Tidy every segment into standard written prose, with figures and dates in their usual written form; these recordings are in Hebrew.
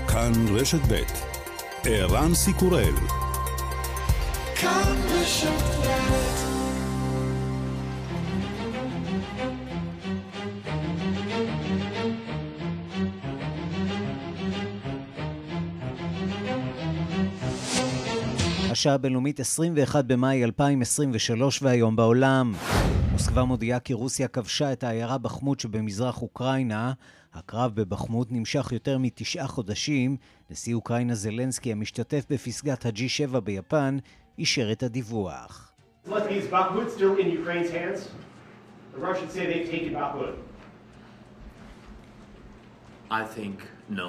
כאן רשת ב' ערן סיקורל. כאן רשת ב'. השעה הבינלאומית 21 במאי 2023 והיום בעולם. מוסקבה מודיעה כי רוסיה כבשה את העיירה בחמות שבמזרח אוקראינה. הקרב בבחמות נמשך יותר מ9 חודשים. נשיא אוקראינה זלנסקי המשתתף בפסגת ה-G7 ביפן אישר את הדיווח. Is Bakhmut still in Ukraine's hands? The Russians say they've taken Bakhmut. I think no.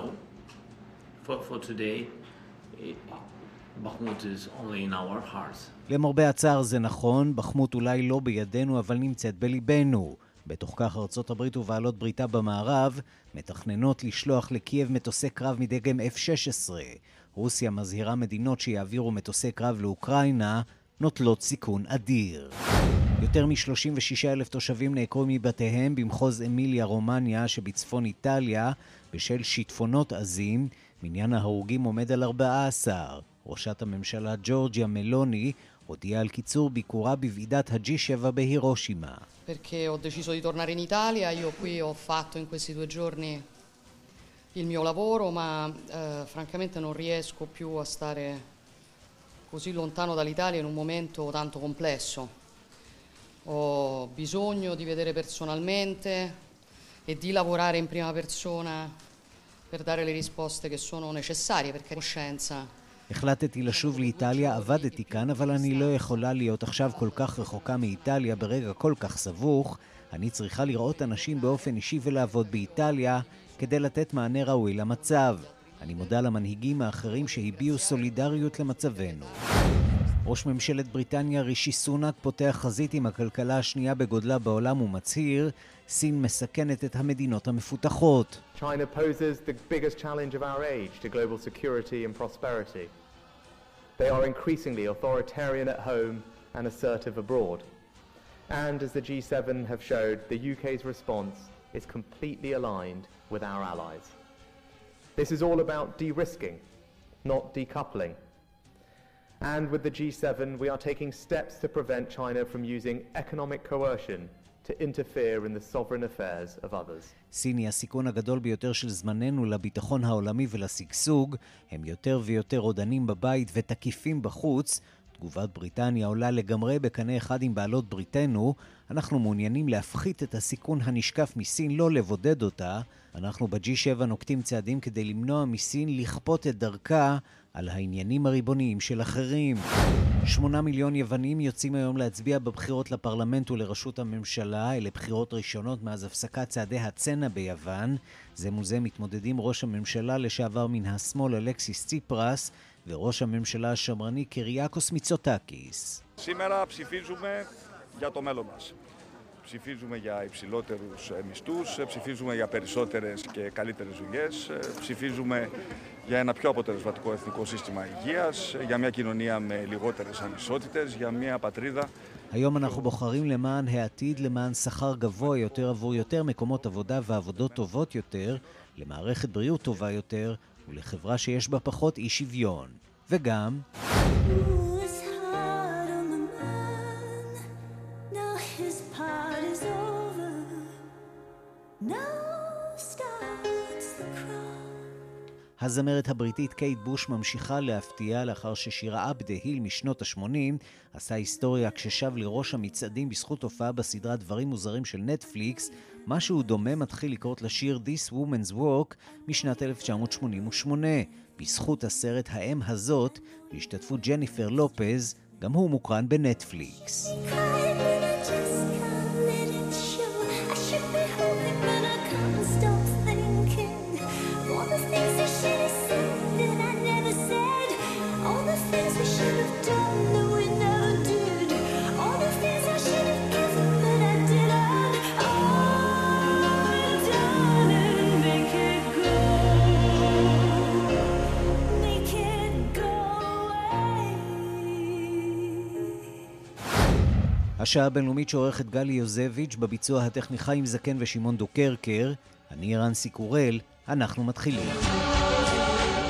For today, Bakhmut is only in our hearts. למרבה הצער זה נכון, בחמות אולי לא בידינו אבל נמצאת בליבנו. בתוך כך ארצות הברית ובעלות בריתה במערב מתכננות לשלוח לקייב מטוסי קרב מדגם F-16. רוסיה מזהירה מדינות שיעבירו מטוסי קרב לאוקראינה נוטלות סיכון אדיר. יותר מ-36,000 תושבים נעקרו מבתיהם במחוז אמיליה רומניה שבצפון איטליה בשל שיטפונות עזים. מניין ההרוגים עומד על 14. ראשת הממשלה ג'ורג'יה מלוני הודיעה על קיצור ביקורה בוועידת ה-G7 בהירושימה. Perché ho deciso di tornare in Italia, io qui ho fatto in questi 2 giorni il mio lavoro, ma francamente non riesco più a stare così lontano dall'Italia in un momento tanto complesso. Ho bisogno di vedere personalmente e di lavorare in prima persona per dare le risposte che sono necessarie, perché coscienza. החלטתי לשוב לאיטליה, עבדתי כאן, אבל אני לא יכולה להיות עכשיו כל כך רחוקה מאיטליה ברגע כל כך סבוך. אני צריכה לראות אנשים באופן אישי ולעבוד באיטליה כדי לתת מענה ראוי למצב. אני מודה למנהיגים האחרים שהביעו סולידריות למצבנו. ראש ממשלת בריטניה רישי סונאק פותח חזית עם הכלכלה השנייה בגודלה בעולם ומצהיר, סין מסכנת את המדינות המפותחות. China poses the biggest challenge of our age to global security and prosperity. They are increasingly authoritarian at home and assertive abroad. And as the G7 have showed, the UK's response is completely aligned with our allies. This is all about de-risking, not decoupling. And with the G7, we are taking steps to prevent China from using economic coercion to interfere in the sovereign affairs of others. סין היא הסיכון הגדול ביותר של זמננו לביטחון העולמי ולשגשוג. הם יותר ויותר רודנים בבית ותקיפים בחוץ. תגובת בריטניה עולה לגמרי בקנה אחד עם בעלות בריתנו. אנחנו מעוניינים להפחית את הסיכון הנשקף מסין, לא לבודד אותה. אנחנו ב-G7 נוקטים צעדים כדי למנוע מסין לכפות את דרכה על העניינים הריבוניים של אחרים. 8 מיליון יוונים יוצאים היום להצביע בבחירות לפרלמנט ולראשות הממשלה. אלה בחירות ראשונות מאז הפסקת צעדי הצנע ביוון. זה מול זה מתמודדים ראש הממשלה לשעבר מן השמאל אלכסיס ציפרס וראש הממשלה השמרני קיריאקוס מיצוטאקיס. Σήμερα ψηφίζουμε για το μέλλον μας. Ψηφίζουμε για υψηλότερους μισθούς, ψηφίζουμε για περισσότερες και καλύτερες δουλειές, ψηφίζουμε για ένα πιο αποτελεσματικό εθνικό σύστημα υγείας, για μια κοινωνία με λιγότερες ανισότητες, για μια πατρίδα. היום אנחנו בוחרים למען העתיד, למען שכר גבוה יותר עבור יותר מקומות עבודה ועבודות טובות יותר, למערכת בריאות טובה יותר ולחברה שיש בה פחות אי שוויון. וגם הזמרת הבריטית קייט בוש ממשיכה להפתיע לאחר ששירה Up the Hill משנות ה-80 עשה היסטוריה כששב לראש המצעדים בזכות הופעה בסדרת דברים מוזרים של נטפליקס. משהו דומה מתחיל לקרות לשיר This Woman's Work משנת 1988. בזכות הסרט האם הזאת בהשתתפות ג'ניפר לופז, גם הוא מוקרן בנטפליקס. השעה הבינלאומית שעורכת גלי יוזביץ', בביצוע הטכני חיים זקן ושמעון דוקרקר. אני ערן סיקורל, אנחנו מתחילים.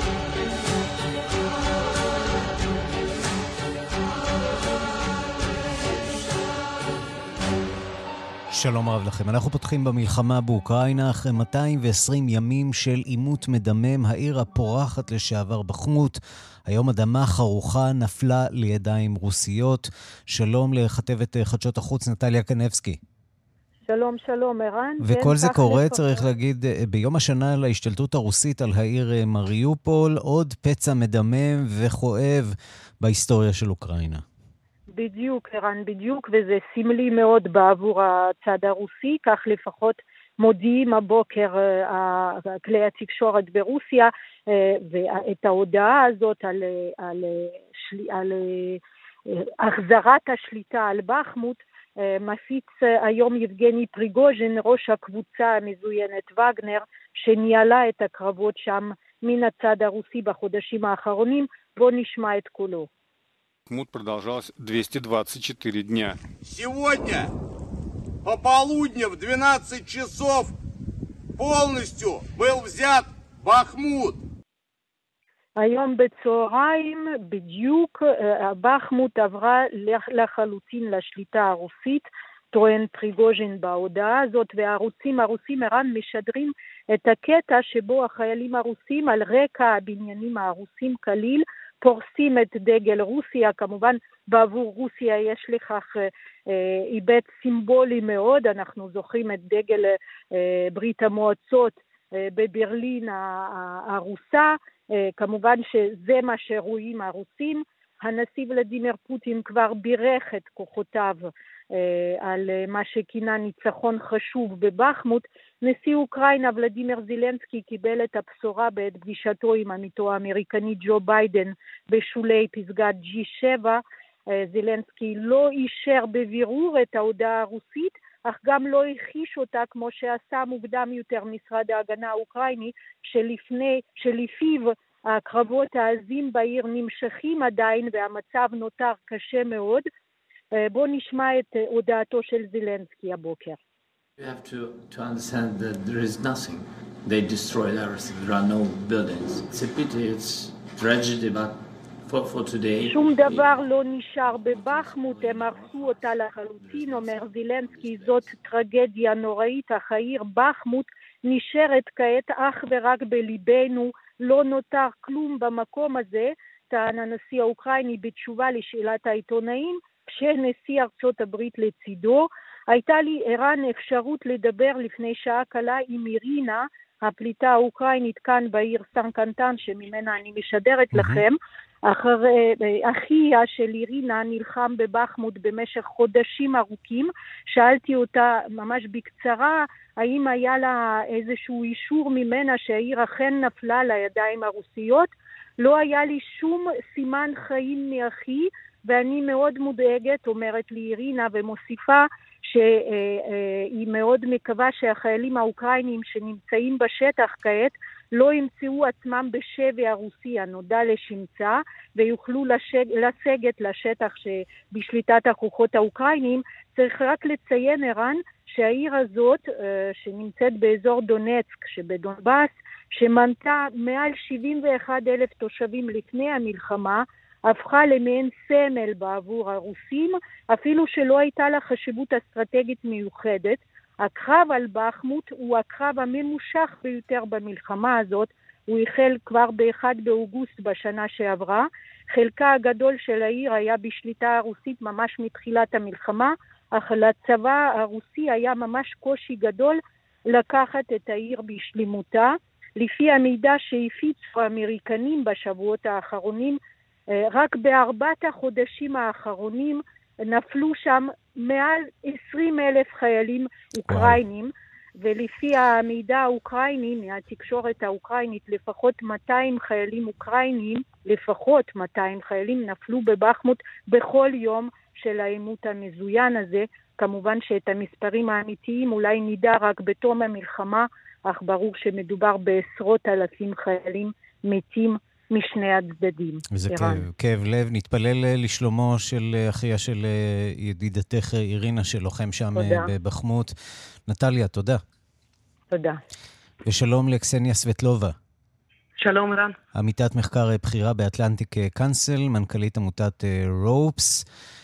שלום רב לכם. אנחנו פותחים במלחמה באוקראינה אחרי 220 ימים של עימות מדמם. העיר הפורחת לשעבר בחמות. היום אדמה חרוכה נפלה לידיים רוסיות. שלום לכתבת חדשות החוץ נטליה קנבסקי. שלום, שלום, ערן. וכל זה קורה, צריך להגיד, ביום השנה להשתלטות הרוסית על העיר מריופול, עוד פצע מדמם וכואב בהיסטוריה של אוקראינה. בדיוק, ערן, בדיוק, וזה סמלי מאוד בעבור הצד הרוסי, כך לפחות מודיעים הבוקר כלי התקשורת ברוסיה, ואת ההודעה הזאת על החזרת השליטה על בחמות, מפיץ היום יבגני פריגוז'ין, ראש הקבוצה המזוינת וגנר, שניהלה את הקרבות שם מן הצד הרוסי בחודשים האחרונים. בוא נשמע את קולו. Бахмут продолжалось 224 дня. Сегодня пополудня в 12 часов полностью был взят Бахмут. היום בצהריים בדיוק בחמות עברה לחלוטין לשליטה הרוסית, טוען פריגוז'ין בהודעה הזאת, והערוצים הרוסים ערן משדרים את הקטע שבו החיילים הרוסים על רקע הבניינים הרוסים כליל פורסים את דגל רוסיה. כמובן בעבור רוסיה יש לכך היבט סימבולי מאוד. אנחנו זוכרים את דגל ברית המועצות בברלין הרוסה, כמובן שזה מה שרואים הרוסים. הנשיא ולדימיר פוטין כבר בירך את כוחותיו על מה שכינה ניצחון חשוב בבחמות. נשיא אוקראינה ולדימיר זילנסקי קיבל את הבשורה בעת פגישתו עם עמיתו האמריקני ג'ו ביידן בשולי פסגת G7. זילנסקי לא אישר בבירור את ההודעה הרוסית, אך גם לא הכחיש אותה כמו שעשה מוקדם יותר משרד ההגנה האוקראיני, שלפיו הקרבות העזים בעיר נמשכים עדיין והמצב נותר קשה מאוד. בוא נשמע את הודעתו של זילנסקי הבוקר. You have to understand that there is nothing. They destroyed everything. There are no buildings. It's a pity, it's tragedy, but for today... שום דבר לא נשאר בבחמות, הם הרסו אותה לחלוטין, אומר זילנסקי, זאת טרגדיה נוראית, אך העיר בחמות נשארת כעת אך ורק בליבנו, לא נותר כלום במקום הזה, טען הנשיא האוקראיני בתשובה לשאלת העיתונאים, כשנשיא ארצות הברית לצידו. הייתה לי ערן אפשרות לדבר לפני שעה קלה עם אירינה, הפליטה האוקראינית כאן בעיר סנקנטן, שממנה אני משדרת לכם. אחיה של אירינה נלחם בבחמות במשך חודשים ארוכים. שאלתי אותה ממש בקצרה, האם היה לה איזשהו אישור ממנה שהעיר אכן נפלה לידיים הרוסיות. לא היה לי שום סימן חיים מאחי, ואני מאוד מודאגת, אומרת לי אירינה, ומוסיפה שהיא מאוד מקווה שהחיילים האוקראינים שנמצאים בשטח כעת לא ימצאו עצמם בשבי הרוסי הנודע לשמצה, ויוכלו לסגת לשטח שבשליטת הכוחות האוקראינים. צריך רק לציין ערן שהעיר הזאת שנמצאת באזור דונצק שבדונבאס, שמנתה מעל 71,000 תושבים לפני המלחמה, הפכה למעין סמל בעבור הרוסים, אפילו שלא הייתה לה חשיבות אסטרטגית מיוחדת. הקרב על בחמות הוא הקרב הממושך ביותר במלחמה הזאת. הוא החל כבר ב-1 באוגוסט בשנה שעברה. חלקה הגדול של העיר היה בשליטה הרוסית ממש מתחילת המלחמה, אך לצבא הרוסי היה ממש קושי גדול לקחת את העיר בשלימותה. לפי המידע שהפיצו האמריקנים בשבועות האחרונים, רק ב4 החודשים האחרונים נפלו שם מעל 20,000 חיילים אוקראינים, ולפי המידע האוקראיני, מהתקשורת האוקראינית, לפחות 200 חיילים אוקראינים, לפחות 200 חיילים נפלו בבחמות בכל יום של העימות המזוין הזה. כמובן שאת המספרים האמיתיים אולי נדע רק בתום המלחמה, אך ברור שמדובר בעשרות אלפים חיילים מתים משני הצדדים. וזה כאב לב. נתפלל לשלומו של אחיה של ידידתך אירינה, שלוחם שם בבחמות. נטליה, תודה. תודה. ושלום לקסניה סבטלובה. שלום רן. עמיתת מחקר בחירה באטלנטיק קאנסל, מנכ"לית עמותת רופס.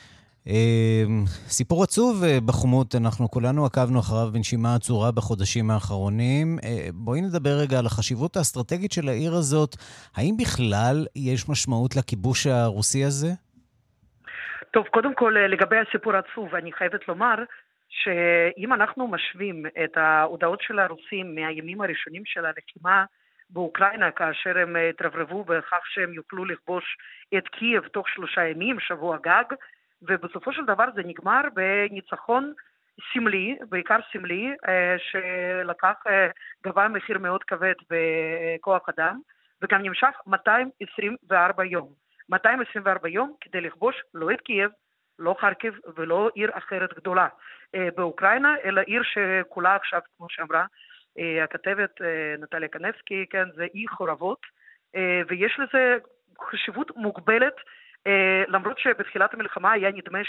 סיפור עצוב בחומות, אנחנו כולנו עקבנו אחריו בנשימה עצורה בחודשים האחרונים. בואי נדבר רגע על החשיבות האסטרטגית של העיר הזאת. האם בכלל יש משמעות לכיבוש הרוסי הזה? טוב, קודם כל לגבי הסיפור עצוב, אני חייבת לומר שאם אנחנו משווים את ההודעות של הרוסים מהימים הראשונים של הלחימה באוקראינה, כאשר הם התרברבו בכך שהם יוכלו לכבוש את קייב תוך 3 ימים, שבוע גג, ובסופו של דבר זה נגמר בניצחון סמלי, בעיקר סמלי, שלקח, גבה מחיר מאוד כבד בכוח אדם, וגם נמשך 224 יום. 224 יום כדי לכבוש לא את קייב, לא חרקב ולא עיר אחרת גדולה באוקראינה, אלא עיר שכולה עכשיו, כמו שאמרה הכתבת נטליה קנבסקי, כן, זה אי חורבות, ויש לזה חשיבות מוגבלת, למרות שבתחילת המלחמה היה נדמה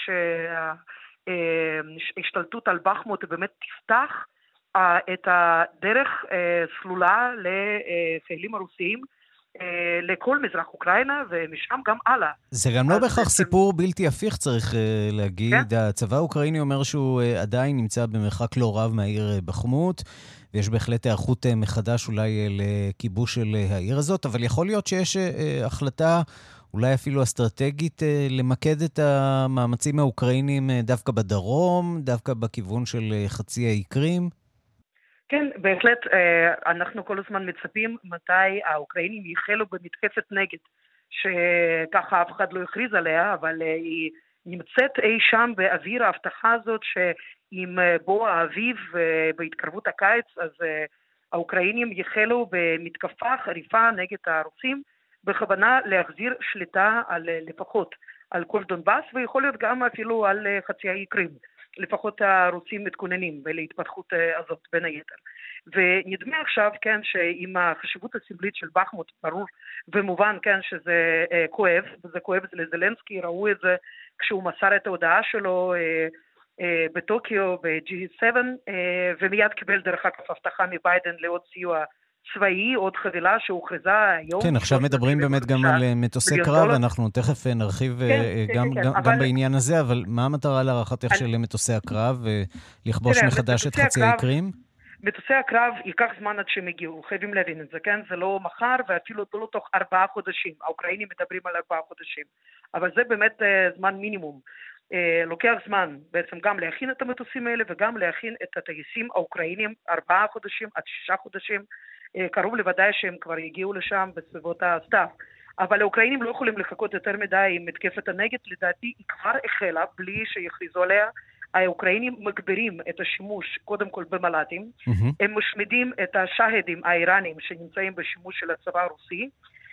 שההשתלטות על בחמוט באמת תפתח את הדרך סלולה לחיילים הרוסיים לכל מזרח אוקראינה, ומשם גם הלאה. זה גם לא בהכרח סיפור בלתי הפיך, צריך להגיד. כן? הצבא האוקראיני אומר שהוא עדיין נמצא במרחק לא רב מהעיר בחמוט, ויש בהחלט היערכות מחדש אולי לכיבוש של העיר הזאת, אבל יכול להיות שיש החלטה אולי אפילו אסטרטגית למקד את המאמצים האוקראינים דווקא בדרום, דווקא בכיוון של חצי האי קרים? כן, בהחלט אנחנו כל הזמן מצפים מתי האוקראינים יחלו במתקפת נגד, שככה אף אחד לא הכריז עליה, אבל היא נמצאת אי שם באוויר ההבטחה הזאת שעם בוא האביב בהתקרבות הקיץ, אז האוקראינים יחלו במתקפה חריפה נגד הרוסים, בכוונה להחזיר שליטה על לפחות על כל דונבאס, ויכול להיות גם אפילו על חצי האי קרים. לפחות הרוסים מתכוננים ולהתפתחות הזאת בין היתר. ונדמה עכשיו, כן, שעם החשיבות הסמלית של בחמוט, ברור ומובן, כן, שזה כואב, וזה כואב לזלנסקי, ראו את זה כשהוא מסר את ההודעה שלו בטוקיו, ב-G7, ומיד קיבל דרך אגב הבטחה מביידן לעוד סיוע צבאי, עוד חבילה שהוכרזה היום. כן, עכשיו מדברים באמת גם על מטוסי קרב, אנחנו תכף נרחיב גם בעניין הזה, אבל מה המטרה להערכתך של מטוסי הקרב, לכבוש מחדש את חצי האי קרים? מטוסי הקרב ייקח זמן עד שהם הגיעו, חייבים להבין את זה, כן? זה לא מחר ואפילו לא תוך 4 חודשים. האוקראינים מדברים על 4 חודשים, אבל זה באמת זמן מינימום. לוקח זמן בעצם גם להכין את המטוסים האלה וגם להכין את הטייסים האוקראינים 4 חודשים עד 6 חודשים. קרוב לוודאי שהם כבר הגיעו לשם בסביבות הסתיו. אבל האוקראינים לא יכולים לחכות יותר מדי עם מתקפת הנגד, לדעתי היא כבר החלה בלי שיכריזו עליה. האוקראינים מגבירים את השימוש קודם כל במל"טים, הם משמידים את השהדים האיראנים שנמצאים בשימוש של הצבא הרוסי,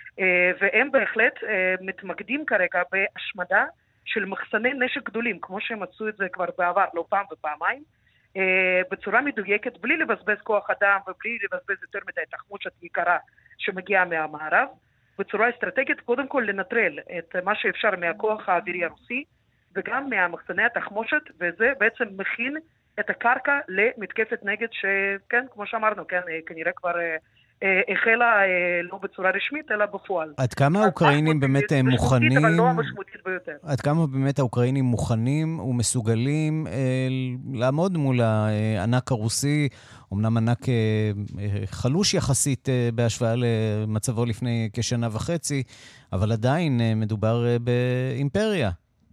והם בהחלט מתמקדים כרגע בהשמדה של מחסני נשק גדולים, כמו שהם עשו את זה כבר בעבר, לא פעם ופעמיים, בצורה מדויקת, בלי לבזבז כוח אדם ובלי לבזבז יותר מדי תחמושת יקרה שמגיעה מהמערב, בצורה אסטרטגית קודם כל לנטרל את מה שאפשר מהכוח האווירי הרוסי, וגם מהמחסני התחמושת, וזה בעצם מכין את הקרקע למתקפת נגד שכן, כמו שאמרנו, כן, כנראה כבר החלה לא בצורה רשמית, אלא בפועל. עד כמה האוקראינים באמת מוכנים, אבל לא המשמעותית ביותר. עד כמה באמת האוקראינים מוכנים ומסוגלים לעמוד מול הענק הרוסי, אמנם ענק חלוש יחסית בהשוואה למצבו לפני כשנה וחצי, אבל עדיין מדובר באימפריה.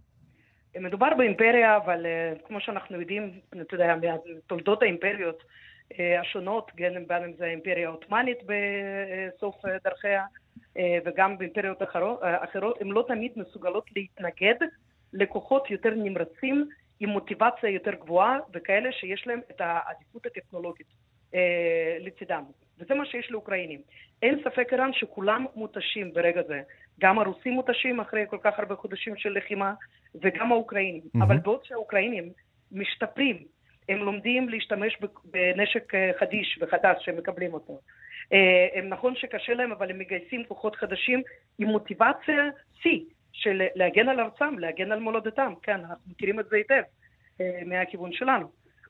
מדובר באימפריה, אבל כמו שאנחנו יודעים, אתה יודע, מתולדות האימפריות השונות, בין אם זה האימפריה העות'מאנית בסוף דרכיה, וגם באימפריות אחרות, הן לא תמיד מסוגלות להתנגד לכוחות יותר נמרצים, עם מוטיבציה יותר גבוהה, וכאלה שיש להם את העדיפות הטכנולוגית לצידם. וזה מה שיש לאוקראינים. אין ספק איראן שכולם מותשים ברגע זה. גם הרוסים מותשים אחרי כל כך הרבה חודשים של לחימה, וגם האוקראינים. אבל בעוד שהאוקראינים משתפרים, הם לומדים להשתמש בנשק חדיש וחדש שהם מקבלים אותו. הם נכון שקשה להם, אבל הם מגייסים כוחות חדשים עם מוטיבציה C של להגן על ארצם, להגן על מולדתם. כן, אנחנו מכירים את זה היטב מהכיוון שלנו.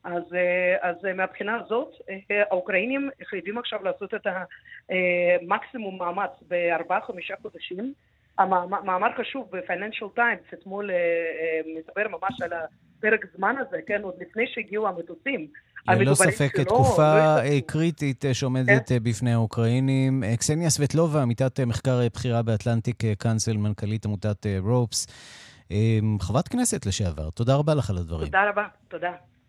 אז מהבחינה הזאת, האוקראינים חייבים עכשיו לעשות את המקסימום מאמץ ב4-5 חודשים, מאמר חשוב ב-Financial Times, אתמול מדבר ממש על הפרק זמן הזה, כן, עוד לפני שהגיעו המטוסים. ללא ספק תקופה קריטית שעומדת בפני האוקראינים. קסניה סבטלובה, עמיתת מחקר בחירה באטלנטיק קאנסל, מנכ"לית עמותת רופס, חברת כנסת לשעבר. תודה רבה לך על הדברים. תודה רבה, תודה.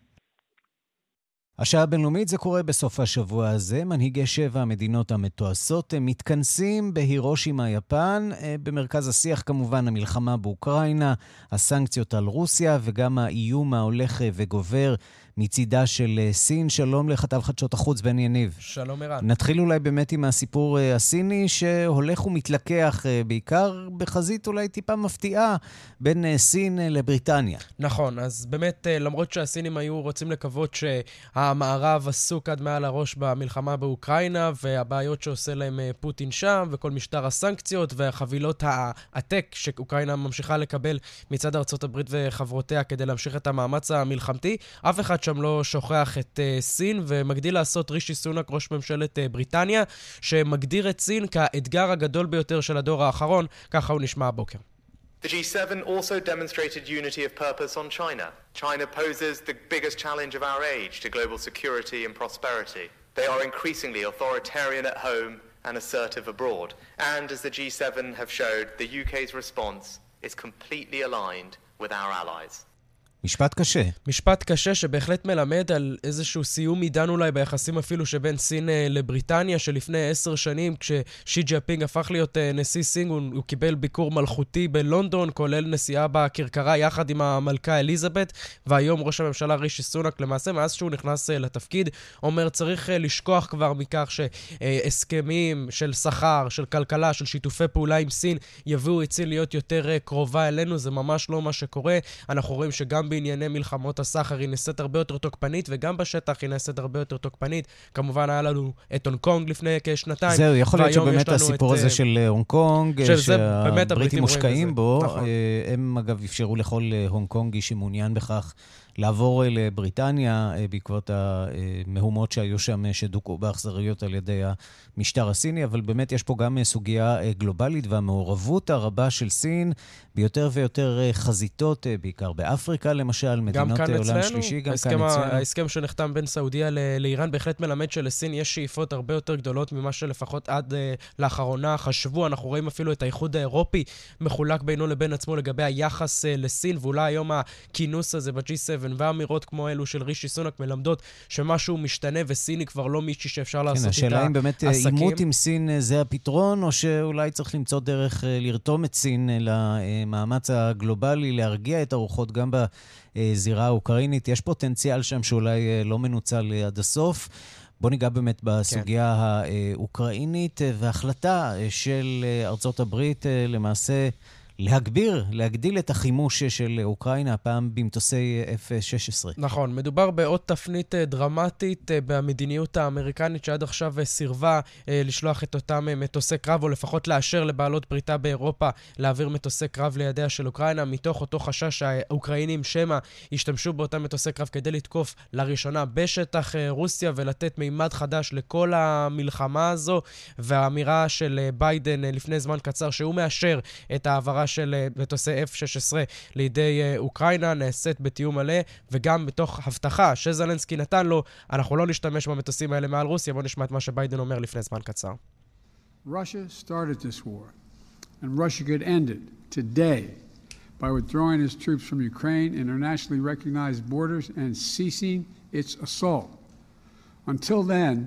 השעה הבינלאומית, זה קורה בסוף השבוע הזה. מנהיגי 7 המדינות המתועשות מתכנסים בהירושימה, יפן. במרכז השיח כמובן המלחמה באוקראינה, הסנקציות על רוסיה וגם האיום ההולך וגובר מצידה של סין. שלום לכתב חדשות החוץ בן יניב. שלום ערן. נתחיל אולי באמת עם הסיפור הסיני שהולך ומתלקח בעיקר בחזית אולי טיפה מפתיעה בין סין לבריטניה. נכון, אז באמת למרות שהסינים היו רוצים לקוות שהמערב עסוק עד מעל הראש במלחמה באוקראינה והבעיות שעושה להם פוטין שם וכל משטר הסנקציות והחבילות העתק שאוקראינה ממשיכה לקבל מצד ארצות הברית וחברותיה כדי להמשיך את המאמץ המלחמתי, אף אחד שם לא שוכח את סין, ומגדיל לעשות רישי סונאק, ראש ממשלת בריטניה, שמגדיר את סין כאתגר הגדול ביותר של הדור האחרון. ככה הוא נשמע הבוקר. The G7 also demonstrated unity of purpose on China. China poses the biggest challenge of our age to global security and prosperity. They are increasingly authoritarian at home and assertive abroad. And as the G7 have showed, the UK's response is completely aligned with our allies. משפט קשה. משפט קשה שבהחלט מלמד על איזשהו סיום עידן אולי ביחסים אפילו שבין סין לבריטניה, שלפני 10 שנים כששי ג'ינפינג הפך להיות נשיא סין, הוא קיבל ביקור מלכותי בלונדון, כולל נסיעה בכרכרה יחד עם המלכה אליזבת, והיום ראש הממשלה רישי סונאק למעשה, מאז שהוא נכנס לתפקיד, אומר צריך לשכוח כבר מכך שהסכמים של שכר, של כלכלה, של שיתופי פעולה עם סין, יביאו את סין להיות יותר קרובה אלינו. זה ממש לא מה שקורה. אנחנו רואים שגם בענייני מלחמות הסחר היא נעשית הרבה יותר תוקפנית, וגם בשטח היא נעשית הרבה יותר תוקפנית. כמובן היה לנו את הונג קונג לפני כשנתיים. זהו, יכול להיות שבאמת הסיפור הזה של הונג קונג, שהבריטים מושקעים בו, הם אגב אפשרו לכל הונג קונגי שמעוניין בכך לעבור לבריטניה בעקבות המהומות שהיו שם שדוכאו באכזריות על ידי המשטר הסיני, אבל באמת יש פה גם סוגיה גלובלית והמעורבות הרבה של סין ביותר ויותר חזיתות, בעיקר באפריקה למשל, מדינות עולם שלישי, גם כאן אצלנו. ההסכם שנחתם בין סעודיה לאיראן בהחלט מלמד שלסין יש שאיפות הרבה יותר גדולות ממה שלפחות עד לאחרונה חשבו. אנחנו רואים אפילו את האיחוד האירופי מחולק בינו לבין עצמו לגבי היחס לסין, ואולי היום הכינוס הזה ב-G7 והאמירות כמו אלו של רישי סונאק מלמדות שמשהו משתנה וסיני כבר לא מישהי שאפשר לעשות איתה עסקים. השאלה אם באמת עימות עם סין זה הפתרון, או שאולי צריך למצוא דרך לרתום את סין למאמץ הגלובלי, להרגיע את הרוחות גם בזירה האוקראינית. יש פוטנציאל שם שאולי לא מנוצל עד הסוף. בוא ניגע באמת בסוגיה האוקראינית וההחלטה של ארצות הברית למעשה להגדיל את החימוש של אוקראינה, הפעם במטוסי F-16. נכון, מדובר בעוד תפנית דרמטית במדיניות האמריקנית שעד עכשיו סירבה לשלוח את אותם מטוסי קרב, או לפחות לאשר לבעלות בריתה באירופה להעביר מטוסי קרב לידיה של אוקראינה, מתוך אותו חשש שהאוקראינים שמה ישתמשו באותם מטוסי קרב כדי לתקוף לראשונה בשטח רוסיה ולתת מימד חדש לכל המלחמה הזו. והאמירה של ביידן לפני זמן קצר שהוא מאשר את העברה של מטוסי F-16 לידי אוקראינה נעשית בתיאום מלא, וגם בתוך הבטחה שזלנסקי נתן לו, אנחנו לא נשתמש במטוסים האלה מעל רוסיה. בוא נשמע את מה שביידן אומר לפני זמן קצר. Russia started this war, and Russia could end it today by withdrawing its troops from Ukraine, internationally recognized borders, and ceasing its assault. Until then,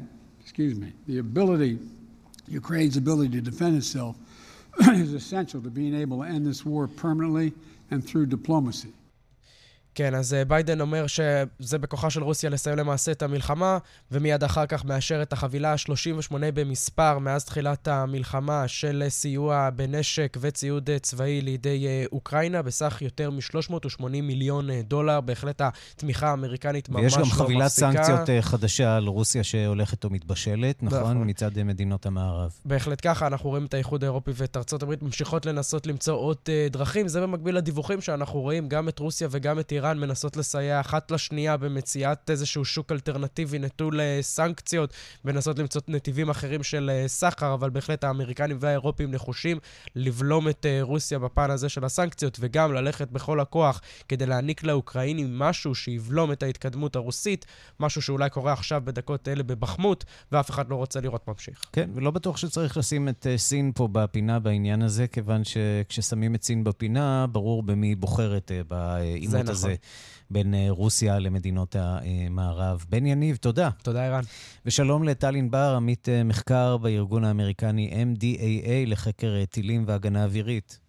Ukraine's ability to defend itself is essential to being able to end this war permanently and through diplomacy. כן, אז ביידן אומר שזה בכוחה של רוסיה לסיים למעשה את המלחמה, ומיד אחר כך מאשר את החבילה ה-38 במספר מאז תחילת המלחמה של סיוע בנשק וציוד צבאי לידי אוקראינה, בסך יותר מ$380 מיליון. בהחלט התמיכה האמריקנית ממש לא מפסיקה. ויש גם חבילת סנקציות חדשה על רוסיה שהולכת או מתבשלת, נכון? מצד מדינות המערב. בהחלט ככה, אנחנו רואים את האיחוד האירופי ואת ארצות הברית ממשיכות לנסות למצוא עוד דרכים. זה במקביל לדיווחים שאנחנו רואים גם את רוסיה וגם את איראן ואיראן מנסות לסייע אחת לשנייה במציאת איזשהו שוק אלטרנטיבי נטול סנקציות, ונסות למצוא נתיבים אחרים של סחר, אבל בהחלט האמריקנים והאירופים נחושים לבלום את רוסיה בפן הזה של הסנקציות, וגם ללכת בכל הכוח כדי להעניק לאוקראינים משהו שיבלום את ההתקדמות הרוסית, משהו שאולי קורה עכשיו בדקות אלה בבחמות, ואף אחד לא רוצה לראות ממשיך. כן, ולא בטוח שצריך לשים את סין פה בפינה בעניין הזה, כיוון שכששמים את סין בפינה, ברור במי בוחרת בעימות הזה בין רוסיה למדינות המערב. בן יניב, תודה. תודה, אירן. ושלום לטל ענבר, עמית מחקר בארגון האמריקני MDAA לחקר טילים והגנה אווירית.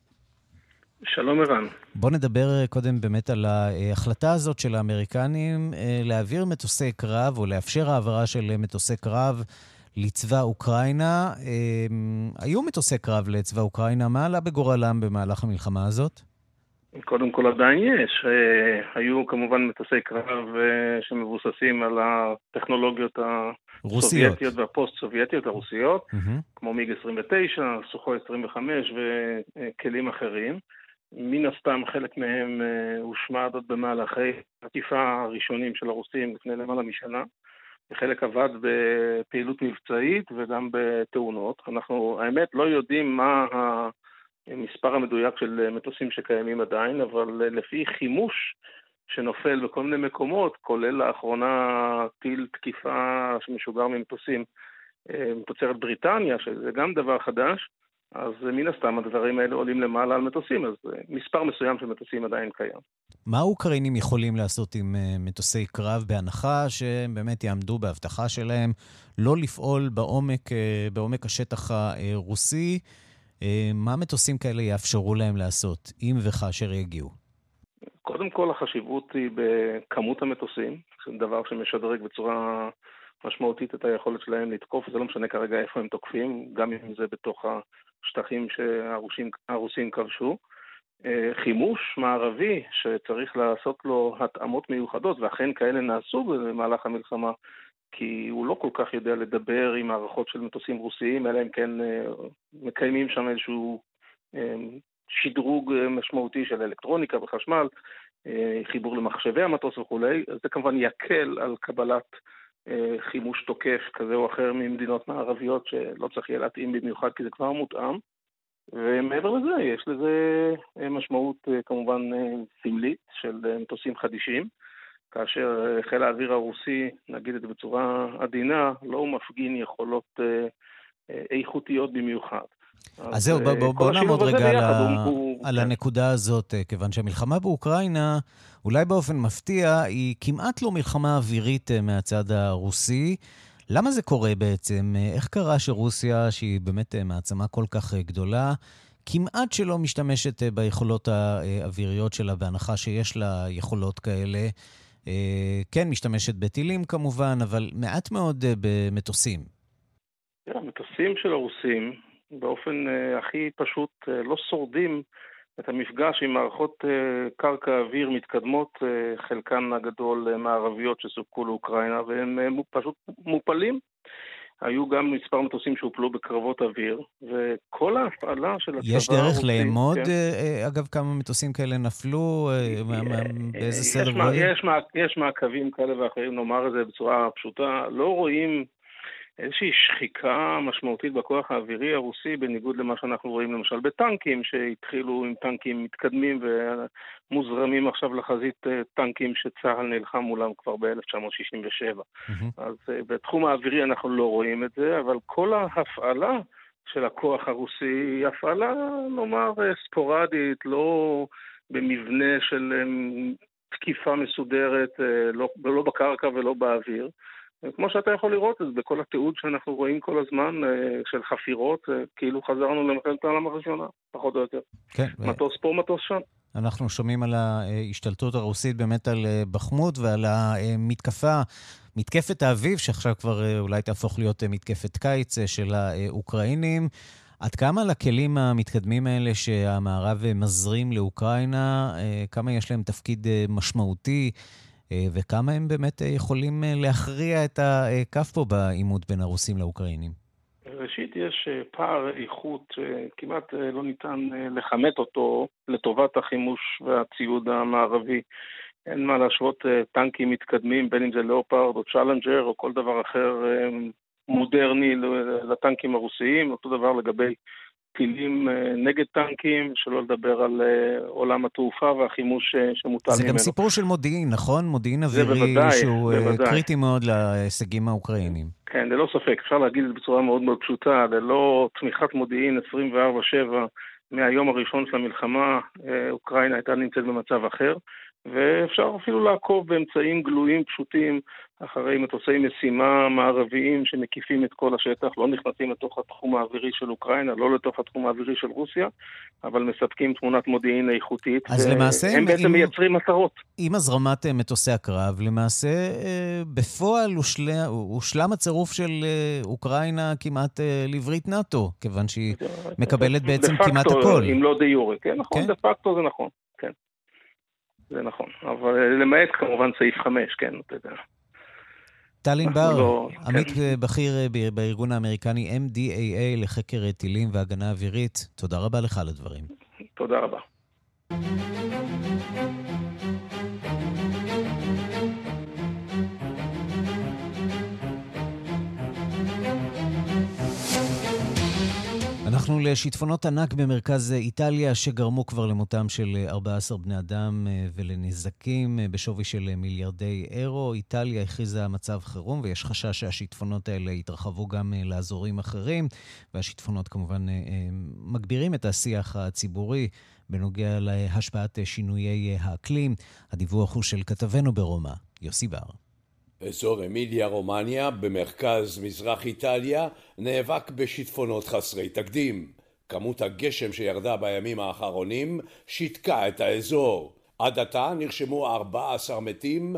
שלום אירן. בוא נדבר קודם באמת על ההחלטה הזאת של האמריקנים להעביר מטוסי קרב, או לאפשר העברה של מטוסי קרב לצבא אוקראינה. היו מטוסי קרב לצבא אוקראינה, מה עלה בגורלם במהלך המלחמה הזאת? קודם כל עדיין יש. היו כמובן מטוסי קרב שמבוססים על הטכנולוגיות הסובייטיות והפוסט-סובייטיות הרוסיות, כמו מיג 29, סוחוי 25 וכלים אחרים. מן הסתם חלק מהם הושמד עוד במהלכי התקיפה הראשונים של הרוסים לפני למעלה משנה. וחלק עבד בפעילות מבצעית וגם בתאונות. אנחנו האמת לא יודעים מה המספר המדויק של מטוסים שקיימים עדיין, אבל לפי חימוש שנופל בכל מיני מקומות, כולל לאחרונה טיל תקיפה שמשוגר ממטוסים מתוצרת בריטניה, שזה גם דבר חדש, אז מן הסתם הדברים האלה עולים למעלה על מטוסים, אז מספר מסוים של מטוסים עדיין קיים. מה האוקראינים יכולים לעשות עם מטוסי קרב בהנחה שהם באמת יעמדו בהבטחה שלהם, לא לפעול בעומק השטח הרוסי? מה מטוסים כאלה יאפשרו להם לעשות, אם וכאשר יגיעו? קודם כל החשיבות היא בכמות המטוסים, זה דבר שמשדרג בצורה משמעותית את היכולת שלהם לתקוף, זה לא משנה כרגע איפה הם תוקפים, גם אם זה בתוך השטחים שהרוסים כבשו. חימוש מערבי שצריך לעשות לו התאמות מיוחדות, ואכן כאלה נעשו במהלך המלחמה, כי הוא לא כל כך יודע לדבר עם מערכות של מטוסים רוסיים, אלא אם כן מקיימים שם איזשהו שדרוג משמעותי של אלקטרוניקה וחשמל, חיבור למחשבי המטוס וכולי, אז זה כמובן יקל על קבלת חימוש תוקף כזה או אחר ממדינות מערביות שלא צריך יהיה להתאים במיוחד כי זה כבר מותאם. ומעבר לזה יש לזה משמעות כמובן סמלית של מטוסים חדישים, כאשר חיל האוויר הרוסי, נגיד את זה בצורה עדינה, לא מפגין יכולות איכותיות במיוחד. אז זהו, בוא נעמוד רגע על הנקודה הזאת, כיוון שהמלחמה באוקראינה, אולי באופן מפתיע, היא כמעט לא מלחמה אווירית מהצד הרוסי. למה זה קורה בעצם? איך קרה שרוסיה, שהיא באמת מעצמה כל כך גדולה, כמעט שלא משתמשת ביכולות האוויריות שלה, בהנחה שיש לה יכולות כאלה, כן משתמשת בטילים כמובן, אבל מעט מאוד במטוסים. המטוסים של הרוסים, באופן הכי פשוט, לא שורדים את המפגש עם מערכות קרקע אוויר מתקדמות, חלקן הגדול מערביות שסופקו לאוקראינה, והם פשוט מופלים. היו גם מספר מטוסים שהופלו בקרבות אוויר, וכל ההפעלה של הצבא... יש דרך לאמוד, אגב, כמה מטוסים כאלה נפלו? באיזה סדר גודל? יש מעקבים כאלה ואחרים, נאמר את זה בצורה פשוטה. לא רואים איזושהי שחיקה משמעותית בכוח האווירי הרוסי, בניגוד למה שאנחנו רואים למשל בטנקים, שהתחילו עם טנקים מתקדמים ומוזרמים עכשיו לחזית טנקים שצה"ל נלחם מולם כבר ב-1967. אז בתחום האווירי אנחנו לא רואים את זה, אבל כל ההפעלה של הכוח הרוסי היא הפעלה, נאמר, ספורדית, לא במבנה של תקיפה מסודרת, לא בקרקע ולא באוויר. כמו שאתה יכול לראות, אז בכל התיעוד שאנחנו רואים כל הזמן של חפירות, כאילו חזרנו למלחמת העולם הראשונה, פחות או יותר. כן. מטוס פה, מטוס שם. אנחנו שומעים על ההשתלטות הרוסית באמת על בחמות ועל המתקפה, מתקפת האביב, שעכשיו כבר אולי תהפוך להיות מתקפת קיץ של האוקראינים. עד כמה לכלים המתקדמים האלה שהמערב מזרים לאוקראינה, כמה יש להם תפקיד משמעותי, וכמה הם באמת יכולים להכריע את הכף פה בעימות בין הרוסים לאוקראינים? ראשית, יש פער איכות שכמעט לא ניתן לכמת אותו לטובת החימוש והציוד המערבי אין מה להשוות טנקים מתקדמים, בין אם זה לאופרד או צ'לנג'ר או כל דבר אחר מודרני לטנקים הרוסיים, אותו דבר לגבי טילים נגד טנקים, שלא לדבר על עולם התעופה והחימוש שמוטל ממנו. זה גם סיפור של מודיעין, נכון? מודיעין אווירי שהוא קריטי מאוד להישגים האוקראינים. כן, ללא ספק, אפשר להגיד את זה בצורה מאוד מאוד פשוטה, ללא תמיכת מודיעין 24/7 מהיום הראשון של המלחמה, אוקראינה הייתה נמצאת במצב אחר, ואפשר אפילו לעקוב באמצעים גלויים פשוטים אחרי מטוסי משימה מערביים שמקיפים את כל השטח, לא נכנסים לתוך התחום האווירי של אוקראינה, לא לתוך התחום האווירי של רוסיה, אבל מספקים תמונת מודיעין איכותית. אז למעשה הם בעצם מייצרים מטרות. עם הזרמת מטוסי הקרב, למעשה בפועל הושלם הצירוף של אוקראינה כמעט לברית נאטו, כיוון שהיא מקבלת בעצם כמעט הכל. אם לא די יורה, כן, נכון, דה פקטו זה נכון, כן. זה נכון, אבל למעט כמובן סעיף 5, כן, אתה יודע. טל ענבר, עמית בכיר בארגון האמריקני MDAA לחקר טילים והגנה אווירית, תודה רבה לך על הדברים. תודה רבה. אנחנו לשיטפונות ענק במרכז איטליה שגרמו כבר למותם של 14 בני אדם ולנזקים בשווי של מיליארדי אירו. איטליה הכריזה מצב חירום ויש חשש שהשיטפונות האלה יתרחבו גם לאזורים אחרים, והשיטפונות כמובן מגבירים את השיח הציבורי בנוגע להשפעת שינויי האקלים. הדיווח הוא של כתבנו ברומא, יוסי בר. אזור אמיליה רומניה במרכז מזרח איטליה נאבק בשיטפונות חסרי תקדים. כמות הגשם שירדה בימים האחרונים שיתקה את האזור. עד עתה נרשמו 14 מתים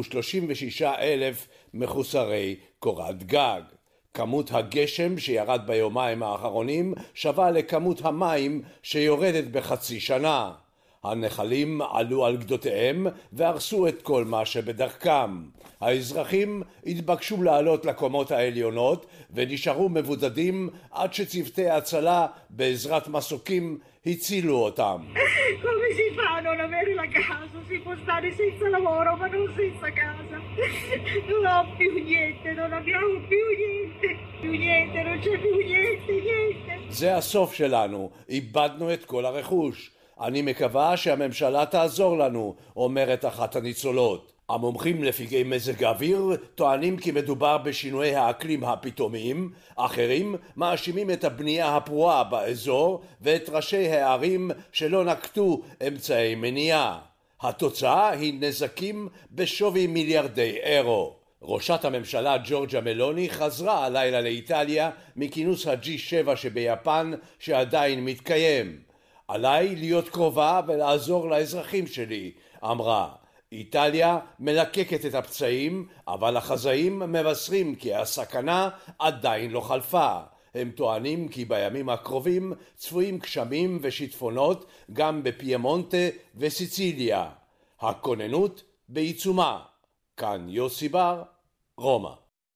ו36,000 מחוסרי קורת גג. כמות הגשם שירד ביומיים האחרונים שווה לכמות המים שיורדת בחצי שנה. הנחלים עלו על גדותיהם והרסו את כל מה שבדרכם. האזרחים התבקשו לעלות לקומות העליונות ונשארו מבודדים עד שצוותי הצלה בעזרת מסוקים הצילו אותם. Come si fa a non avere la casa? Si può stare senza lavoro ma non senza casa. Non ho più niente, non abbiamo più niente, non c'è più niente. זה הסוף שלנו, איבדנו את כל הרכוש. אני מקווה שהממשלה תעזור לנו, אומרת אחת הניצולות. המומחים לפגעי מזג האוויר טוענים כי מדובר בשינויי האקלים הפתאומיים, אחרים מאשימים את הבנייה הפרועה באזור ואת ראשי הערים שלא נקטו אמצעי מניעה. התוצאה היא נזקים בשווי מיליארדי אירו. ראשת הממשלה ג'ורג'ה מלוני חזרה הלילה לאיטליה מכינוס ה-G7 שביפן שעדיין מתקיים. עליי להיות קרובה ולעזור לאזרחים שלי, אמרה. איטליה מלקקת את הפצעים, אבל החזאים מבשרים כי הסכנה עדיין לא חלפה. הם טוענים כי בימים הקרובים צפויים גשמים ושיטפונות גם בפיימונטה וסיציליה. הכוננות בעיצומה. כאן יוסי בר, רומא.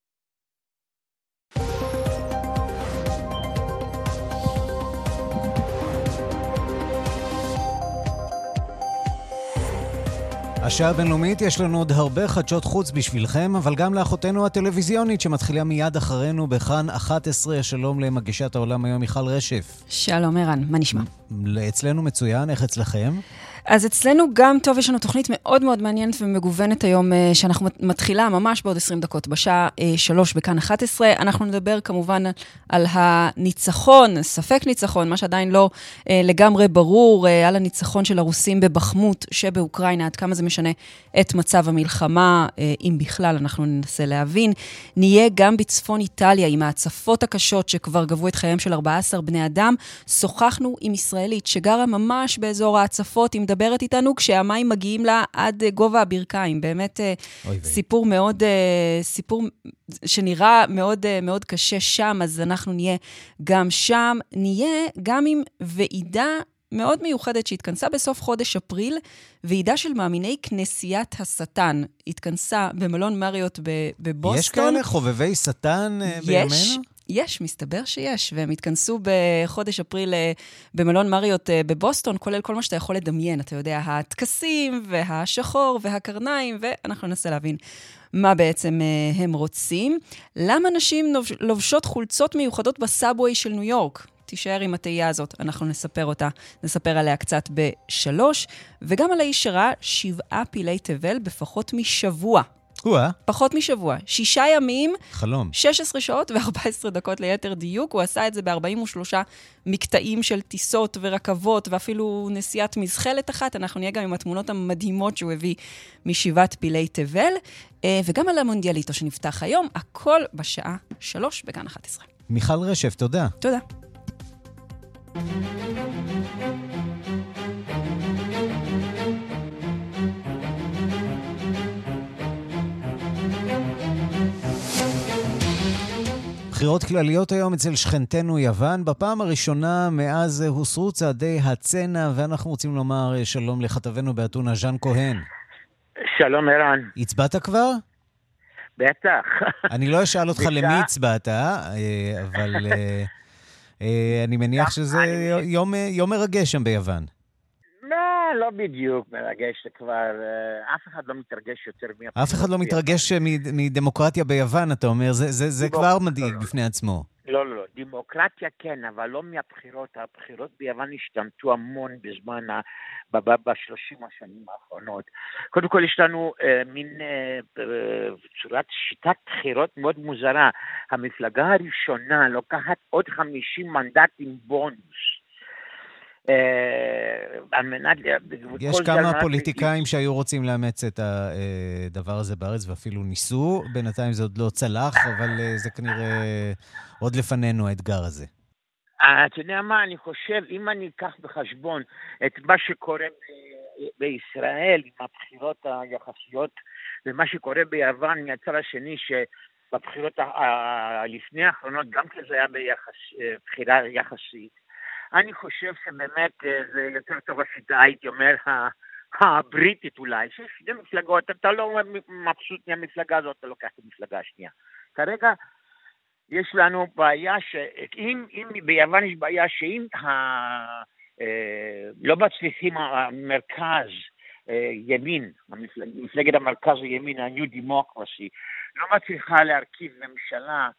השעה הבינלאומית, יש לנו עוד הרבה חדשות חוץ בשבילכם, אבל גם לאחותנו הטלוויזיונית שמתחילה מיד אחרינו בכאן 11. שלום למגישת העולם היום מיכל רשף. שלום ערן, מה נשמע? אצלנו מצוין, איך אצלכם? אז אצלנו גם טוב, יש לנו תוכנית מאוד מאוד מעניינת ומגוונת היום, שאנחנו מתחילה ממש בעוד 20 דקות, בשעה 3 בכאן 11. אנחנו נדבר כמובן על הניצחון, ספק ניצחון, מה שעדיין לא לגמרי ברור, על הניצחון של הרוסים בבחמוט שבאוקראינה, עד כמה זה משנה את מצב המלחמה, אם בכלל אנחנו ננסה להבין. נהיה גם בצפון איטליה עם ההצפות הקשות שכבר גבו את חייהם של 14 בני אדם. שוחחנו עם ישראלית שגרה ממש באזור ההצפות, עם מדברת איתנו כשהמים מגיעים לה עד גובה הברכיים. באמת סיפור מאוד, סיפור שנראה מאוד מאוד קשה שם, אז אנחנו נהיה גם שם. נהיה גם עם ועידה מאוד מיוחדת שהתכנסה בסוף חודש אפריל, ועידה של מאמיני כנסיית השטן. התכנסה במלון מריוט בבוסטון. יש כאלה חובבי שטן בימינו? מסתבר שיש, והם התכנסו בחודש אפריל במלון מריוט בבוסטון, כולל כל מה שאתה יכול לדמיין, אתה יודע, הטקסים והשחור והקרניים, ואנחנו ננסה להבין מה בעצם הם רוצים. למה נשים לובשות חולצות מיוחדות בסאבווי של ניו יורק? תישאר עם התהייה הזאת, אנחנו נספר עליה קצת ב3, וגם על האיש שראה 7 פילי תבל בפחות משבוע. פחות משבוע, 6 ימים, חלום. 16 שעות ו14 דקות ליתר דיוק, הוא עשה את זה ב-43 מקטעים של טיסות ורכבות, ואפילו נסיעת מזחלת אחת, אנחנו נהיה גם עם התמונות המדהימות שהוא הביא מ7 פילי תבל, וגם על המונדיאליטו שנפתח היום, הכל בשעה 3 בכאן 11. מיכל רשף, תודה. תודה. בחירות כלליות היום אצל שכנתנו יוון. בפעם הראשונה מאז הוסרו צעדי הצנע, ואנחנו רוצים לומר שלום לכתבנו באתונה, ז'אן כהן. שלום ערן. הצבעת כבר? בטח. אני לא אשאל אותך למי הצבעת, אבל אני מניח שזה יום מרגש שם ביוון. לא בדיוק מרגש, זה כבר, אף אחד לא מתרגש יותר מהבחירות. אף אחד לא מתרגש מדמוקרטיה ביוון, אתה אומר, זה כבר מדאיג בפני עצמו. לא, דמוקרטיה כן, אבל לא מהבחירות. הבחירות ביוון השתמטו המון בזמן, ב-30 השנים האחרונות. קודם כל יש לנו מין צורת שיטת בחירות מאוד מוזרה. המפלגה הראשונה לוקחת עוד 50 מנדטים בונוס. יש כמה פוליטיקאים שהיו רוצים לאמץ את הדבר הזה בארץ ואפילו ניסו, בינתיים זה עוד לא צלח, אבל זה כנראה עוד לפנינו האתגר הזה. אתה יודע מה, אני חושב, אם אני אקח בחשבון את מה שקורה בישראל עם הבחירות היחסיות ומה שקורה ביוון מהצד השני, שבבחירות לפני האחרונות גם כזה היה בחירה יחסית, אני חושב שבאמת זה יותר טוב השיטה, הייתי אומר, הבריטית אולי, שיש שתי מפלגות, אתה לא מבסוט מהמפלגה הזאת, אתה לוקח את המפלגה השנייה. כרגע יש לנו בעיה, שאם ביוון יש בעיה שאם לא מצליחים המרכז ימין, מפלגת המרכז הימין, ה-New Democracy, לא מצליחה להרכיב ממשלה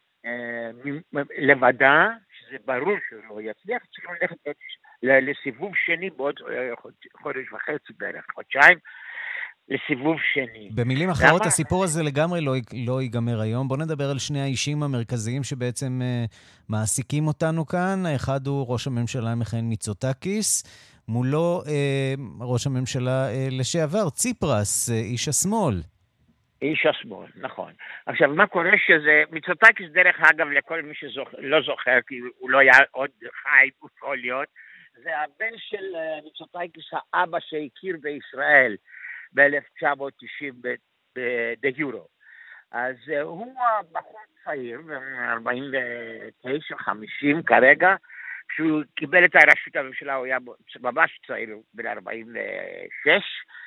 לבדה, שזה ברור שלא יצליח, צריך ללכת לסיבוב שני בעוד חודש וחצי בערך, חודשיים, לסיבוב שני. במילים אחרות, הסיפור הזה לגמרי לא ייגמר היום. בואו נדבר על שני האישים המרכזיים שבעצם מעסיקים אותנו כאן. האחד הוא ראש הממשלה מכהן מיצוטקיס, מולו ראש הממשלה לשעבר, ציפרס, איש השמאל. איש השמאל, נכון. עכשיו, מה קורה שזה, מיצוטקיס דרך אגב, לכל מי שלא זוכר, כי הוא לא היה עוד חי, הוא יכול להיות, זה הבן של מיצוטקיס, האבא שהכיר בישראל ב-1990 דה-יורו. אז הוא בחור צעיר, 49-50 כרגע, כשהוא קיבל את ראשות הממשלה, הוא היה ממש צעיר, בן 46,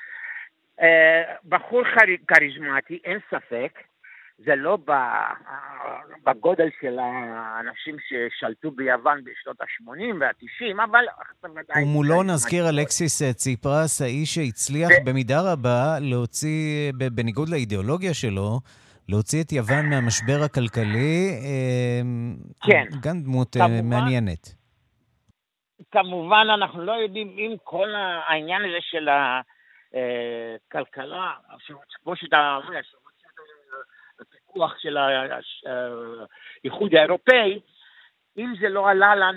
בחור כריזמטי, אין ספק, זה לא בגודל של האנשים ששלטו ביוון בשנות ה-80 וה-90, אבל... ומולו נזכיר אלכסיס ציפרס, האיש שהצליח במידה רבה להוציא, בניגוד לאידיאולוגיה שלו, להוציא את יוון מהמשבר הכלכלי, כן. גם דמות מעניינת. כמובן, אנחנו לא יודעים אם כל העניין הזה של הכלכלה, כמו שאתה אומר, הפיקוח של האיחוד האירופאי, אם זה לא עלה לנו,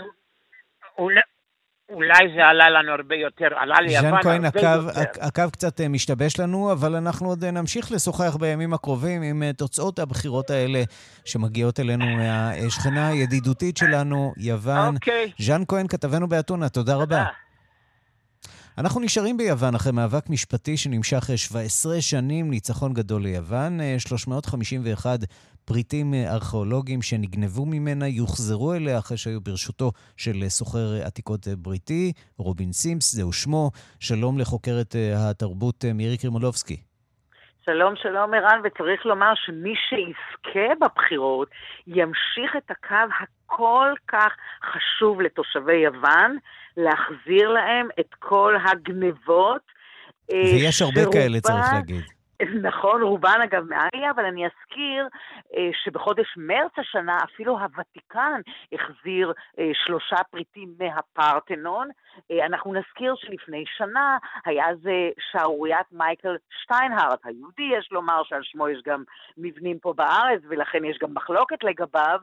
אולי זה עלה לנו הרבה יותר, עלה ליוון הרבה יותר. ז'אן כהן, הקו קצת משתבש לנו, אבל אנחנו עוד נמשיך לשוחח בימים הקרובים עם תוצאות הבחירות האלה שמגיעות אלינו מהשכנה הידידותית שלנו, יוון. ז'אן כהן, כתבנו באתונה, תודה רבה. אנחנו נשארים ביוון אחרי מאבק משפטי שנמשך 17 שנים, ניצחון גדול ליוון, 351 פריטים ארכיאולוגיים שנגנבו ממנה יוחזרו אליה אחרי שהיו ברשותו של סוחר עתיקות בריטי, רובין סימס, זהו שמו. שלום לחוקרת התרבות מירי קרימולובסקי. שלום, שלום ערן, וצריך לומר שמי שיזכה בבחירות ימשיך את הקו הכל כך חשוב לתושבי יוון, להחזיר להם את כל הגנבות. ויש הרבה כאלה, צריך להגיד. נכון, רובן אגב מאנגליה, אבל אני אזכיר שבחודש מרץ השנה אפילו הוותיקן החזיר 3 פריטים מהפרתנון. אנחנו נזכיר שלפני שנה היה זה שערוריית מייקל שטיינהרט, היהודי, יש לומר שעל שמו יש גם מבנים פה בארץ, ולכן יש גם מחלוקת לגביו,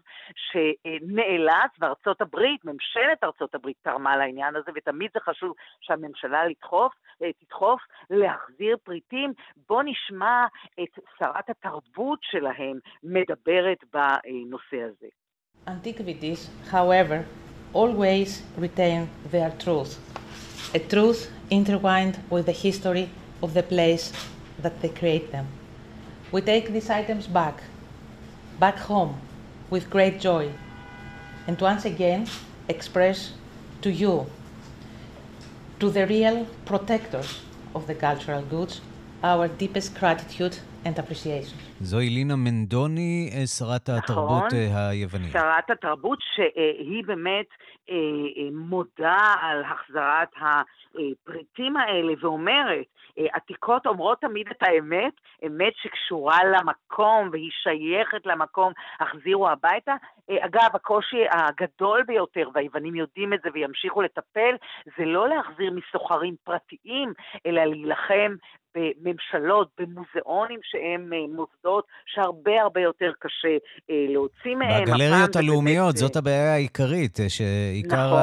שנאלץ וארצות הברית, ממשלת ארצות הברית תרמה לעניין הזה, ותמיד זה חשוב שהממשלה תדחוף להחזיר פריטים. בוא נשמע את שרת התרבות שלהם מדברת בנושא הזה. Antiquities, however, always retain their truth. A truth intertwined with the history of the place that they create them. We take these items back home, with great joy, and once again express to you, to the real protectors of the cultural goods, our deepest gratitude and appreciation. זוהי לינה מנדוני, שרת התרבות היוונית. שרת התרבות שהיא באמת מודה על החזרת הפריטים האלה ואומרת, עתיקות אומרות תמיד את האמת, אמת שקשורה למקום והיא שייכת למקום, החזירו הביתה. אגב, הקושי הגדול ביותר, והיוונים יודעים את זה וימשיכו לטפל, זה לא להחזיר מסוחרים פרטיים, אלא להילחם בממשלות, במוזיאונים שהם מוסדות שהרבה הרבה יותר קשה להוציא מהם. בגלריות הלאומיות, זאת הבעיה העיקרית, שעיקר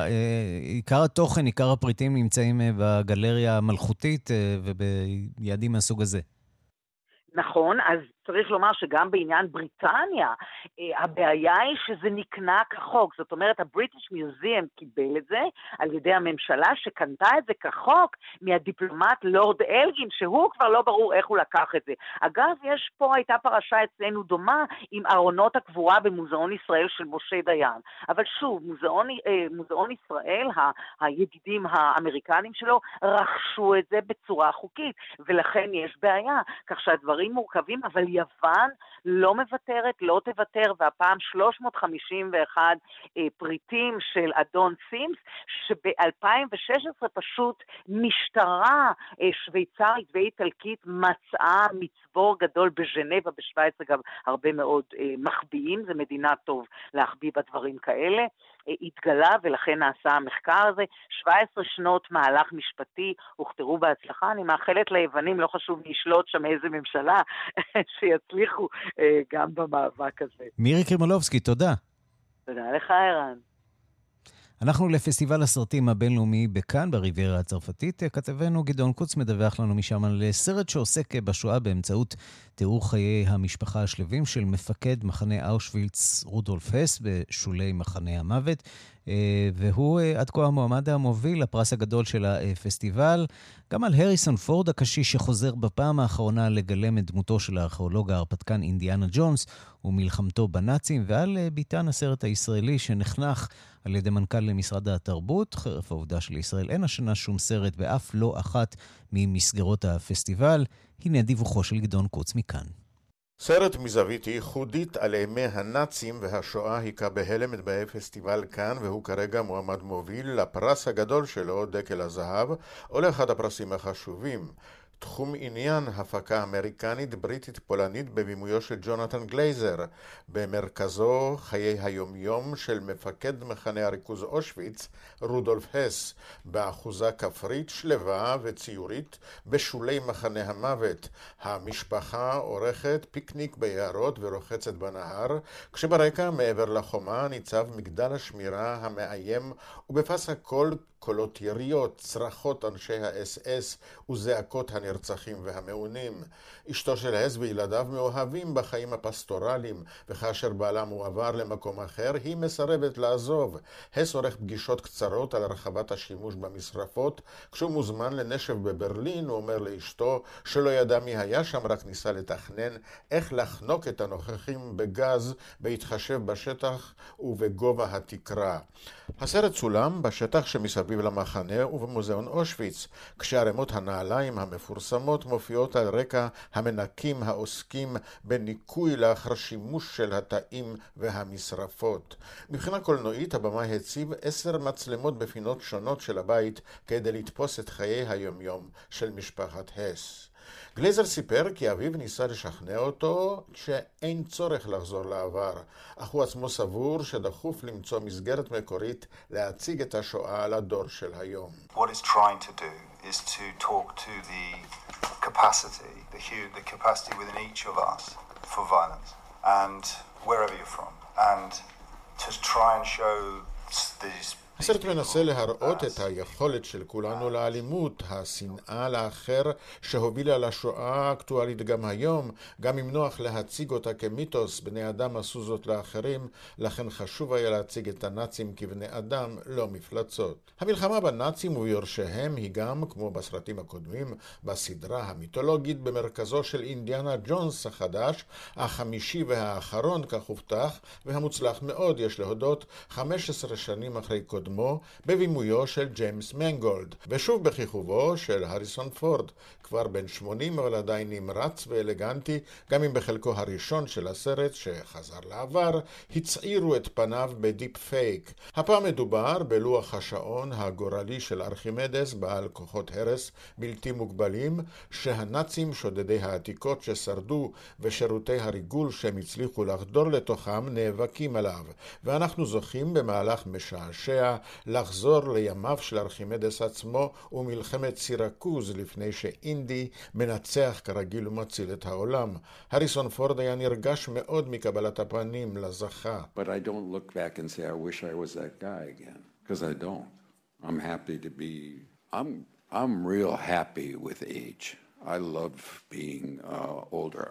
התוכן, עיקר הפריטים נמצאים בגלריה המלכותית וביעדים מהסוג הזה. נכון, אז צריך לומר שגם בעניין בריטניה, הבעיה היא שזה נקנה כחוק. זאת אומרת, הבריטיש מיוזיאם קיבל את זה על ידי הממשלה שקנתה את זה כחוק מהדיפלומט לורד אלגין, שהוא כבר לא ברור איך הוא לקח את זה. אגב, הייתה פרשה אצלנו דומה עם ארונות הקבורה במוזיאון ישראל של משה דיין. אבל שוב, מוזיאון ישראל, הידידים האמריקנים שלו, רכשו את זה בצורה חוקית, ולכן יש בעיה. כך שהדברים מורכבים, אבל יוון לא מוותרת, לא תוותר, והפעם 351 פריטים של אדון סימס, שב-2016 פשוט משטרה שוויצרית ואיטלקית מצאה מצבור גדול בז'נבה, בשוויץ אגב הרבה מאוד מחביאים, זה מדינה טוב להחביא בדברים כאלה, התגלה ולכן נעשה המחקר הזה. 17 שנות מהלך משפטי הוכתרו בהצלחה, אני מאחלת ליוונים, לא חשוב לשלוט שם איזה ממשלה, שיצליחו גם במאבק הזה. מירי קרימולובסקי, תודה. תודה לך ערן. אנחנו לפסטיבל הסרטים הבינלאומי בכאן, בריביירה הצרפתית. כתבנו גדעון קוץ מדווח לנו משם על סרט שעוסק בשואה באמצעות תיאור חיי המשפחה השלבים של מפקד מחנה אושוויץ רודולף הס בשולי מחנה המוות, והוא עד כה המועמד המוביל לפרס הגדול של הפסטיבל. גם על הריסון פורד הקשיש שחוזר בפעם האחרונה לגלם את דמותו של הארכיאולוג ההרפתקן אינדיאנה ג'ונס ומלחמתו בנאצים, ועל ביטן הסרט הישראלי שנחנך על ידי מנכ"ל למשרד התרבות, חרף העובדה שלישראל אין השנה שום סרט ואף לא אחת ממסגרות הפסטיבל. הנה דיווחו של גדעון קוץ מכאן. סרט מזווית ייחודית על ימי הנאצים והשואה היכה בהלם את באי פסטיבל כאן, והוא כרגע מועמד מוביל לפרס הגדול שלו, דקל הזהב, או לאחד הפרסים החשובים. תחום עניין הפקה אמריקנית בריטית פולנית בבימויו של ג'ונתן גלייזר, במרכזו חיי היומיום של מפקד מחנה הריכוז אושוויץ רודולף הס, באחוזה כפרית שלווה וציורית בשולי מחנה המוות. המשפחה עורכת פיקניק ביערות ורוחצת בנהר, כשברקע מעבר לחומה ניצב מגדל השמירה המאיים, ובפס הכל קולות יריות, צרחות אנשי האס-אס וזעקות הנרצחים והמעונים. אשתו של הס וילדיו מאוהבים בחיים הפסטורליים, וכאשר בעלה מועבר למקום אחר, היא מסרבת לעזוב. הס עורך פגישות קצרות על הרחבת השימוש במשרפות. כשהוא מוזמן לנשב בברלין, הוא אומר לאשתו שלא ידע מי היה שם, רק ניסה לתכנן איך לחנוק את הנוכחים בגז, בהתחשב בשטח ובגובה התקרה. הסרט צולם בשטח שמסביב מסביב למחנה ובמוזיאון אושוויץ, כשערימות הנעליים המפורסמות מופיעות על רקע המנקים העוסקים בניקוי לאחר שימוש של התאים והמשרפות. מבחינה קולנועית הבמאי הציב 10 מצלמות בפינות שונות של הבית כדי לתפוס את חיי היומיום של משפחת הס. גלייזר סיפר כי אביו ניסה לשכנע אותו שאין צורך לחזור לעבר, אך הוא עצמו סבור שדחוף למצוא מסגרת מקורית להציג את השואה לדור של היום. What it's trying to do is to talk to the capacity, the capacity within each of us for violence, and wherever you're from, and to try and show these הסרט מנסה להראות את היכולת של כולנו לאלימות, השנאה לאחר שהובילה לשואה האקטואלית גם היום, גם אם נוח להציג אותה כמיתוס, בני אדם עשו זאת לאחרים, לכן חשוב היה להציג את הנאצים כבני אדם, לא מפלצות. המלחמה בנאצים וביורשיהם היא גם, כמו בסרטים הקודמים, בסדרה המיתולוגית במרכזו של אינדיאנה ג'ונס החדש, החמישי והאחרון כך הובטח, והמוצלח מאוד יש להודות, 15 שנים אחרי קודמו, בבימויו של ג'יימס מנגולד, ושוב בכיכובו של הריסון פורד, כבר בן 80 אבל עדיין נמרץ ואלגנטי, גם אם בחלקו הראשון של הסרט שחזר לעבר, הצעירו את פניו בדיפ פייק. הפעם מדובר בלוח השעון הגורלי של ארכימדס, בעל כוחות הרס בלתי מוגבלים, שהנאצים שודדי העתיקות ששרדו ושירותי הריגול שהם הצליחו לחדור לתוכם נאבקים עליו, ואנחנו זוכים במהלך משעשע לחזור לימיו של ארכימדס עצמו ומלחמת סירקוז לפני שאינדי מנצח כרגיל ומציל את העולם. הריסון פורד היה נרגש מאוד מקבלת הפנים לזכה. But I don't look back and say I wish I was that guy again, because I don't. I'm happy to be I'm real happy with age. I love being older.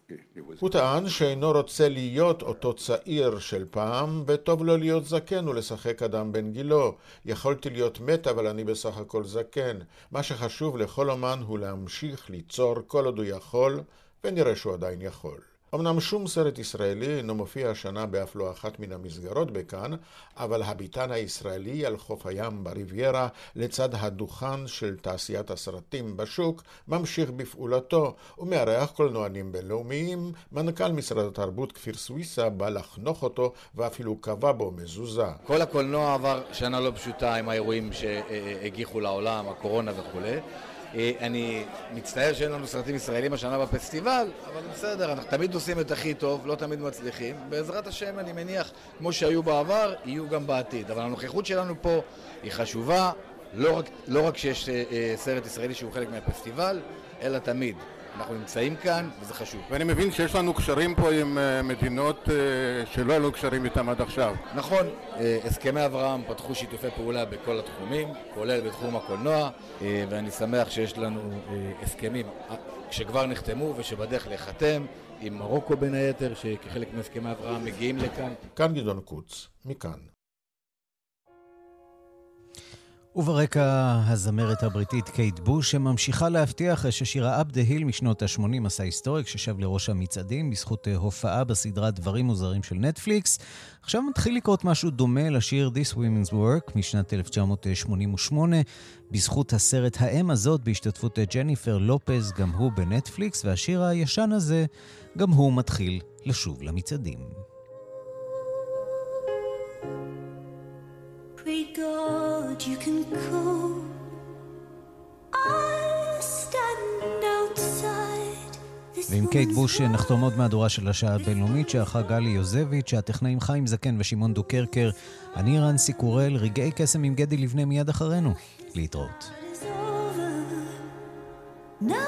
הוא טען שאינו רוצה להיות אותו צעיר של פעם, וטוב לו להיות זקן ולשחק אדם בן גילו. יכולתי להיות מת, אבל אני בסך הכל זקן. מה שחשוב לכל אומן הוא להמשיך ליצור כל עוד הוא יכול, ונראה שהוא עדיין יכול. אמנם שום סרט ישראלי אינו מופיע השנה באף לא אחת מן המסגרות בכאן, אבל הביתן הישראלי על חוף הים בריביירה, לצד הדוכן של תעשיית הסרטים בשוק, ממשיך בפעולתו, ומארח קולנוענים בינלאומיים, מנכ"ל משרד התרבות כפיר סוויסה בא לחנוך אותו, ואפילו קבע בו מזוזה. כל הקולנוע עבר שנה לא פשוטה עם האירועים שהגיחו לעולם, הקורונה וכו'. אני מצטער שאין לנו סרטים ישראלים השנה בפסטיבל, אבל בסדר, אנחנו תמיד עושים את הכי טוב, לא תמיד מצליחים. בעזרת השם, אני מניח, כמו שהיו בעבר, יהיו גם בעתיד. אבל הנוכחות שלנו פה היא חשובה, לא רק שיש סרט ישראלי שהוא חלק מהפסטיבל, אלא תמיד. אנחנו נמצאים כאן, וזה חשוב. ואני מבין שיש לנו קשרים פה עם מדינות שלא היו קשרים איתם עד עכשיו. נכון, הסכמי אברהם פתחו שיתופי פעולה בכל התחומים, כולל בתחום הקולנוע, ואני שמח שיש לנו הסכמים שכבר נחתמו ושבדרך להיחתם, עם מרוקו בין היתר, שכחלק מהסכמי אברהם מגיעים לכאן. כאן גדעון קוץ, מכאן. וברקע הזמרת הבריטית קייט בוש, שממשיכה להבטיח ששירה Up the Hill משנות ה-80 עשה היסטוריה כששב לראש המצעדים בזכות הופעה בסדרת דברים מוזרים של נטפליקס. עכשיו מתחיל לקרות משהו דומה לשיר This Women's Work משנת 1988, בזכות הסרט האם הזאת בהשתתפות ג'ניפר לופז, גם הוא בנטפליקס, והשיר הישן הזה גם הוא מתחיל לשוב למצעדים. God, you can call. I stand outside. ועם קייט בוש נחתום עוד מהדורה של השעה הבינלאומית שערכה גלי יוזביץ', שהטכנאים חיים זקן ושמעון דוקרקר. אני רנסי קורל, רגעי קסם עם גדי לבנה מיד אחרינו. להתראות. Now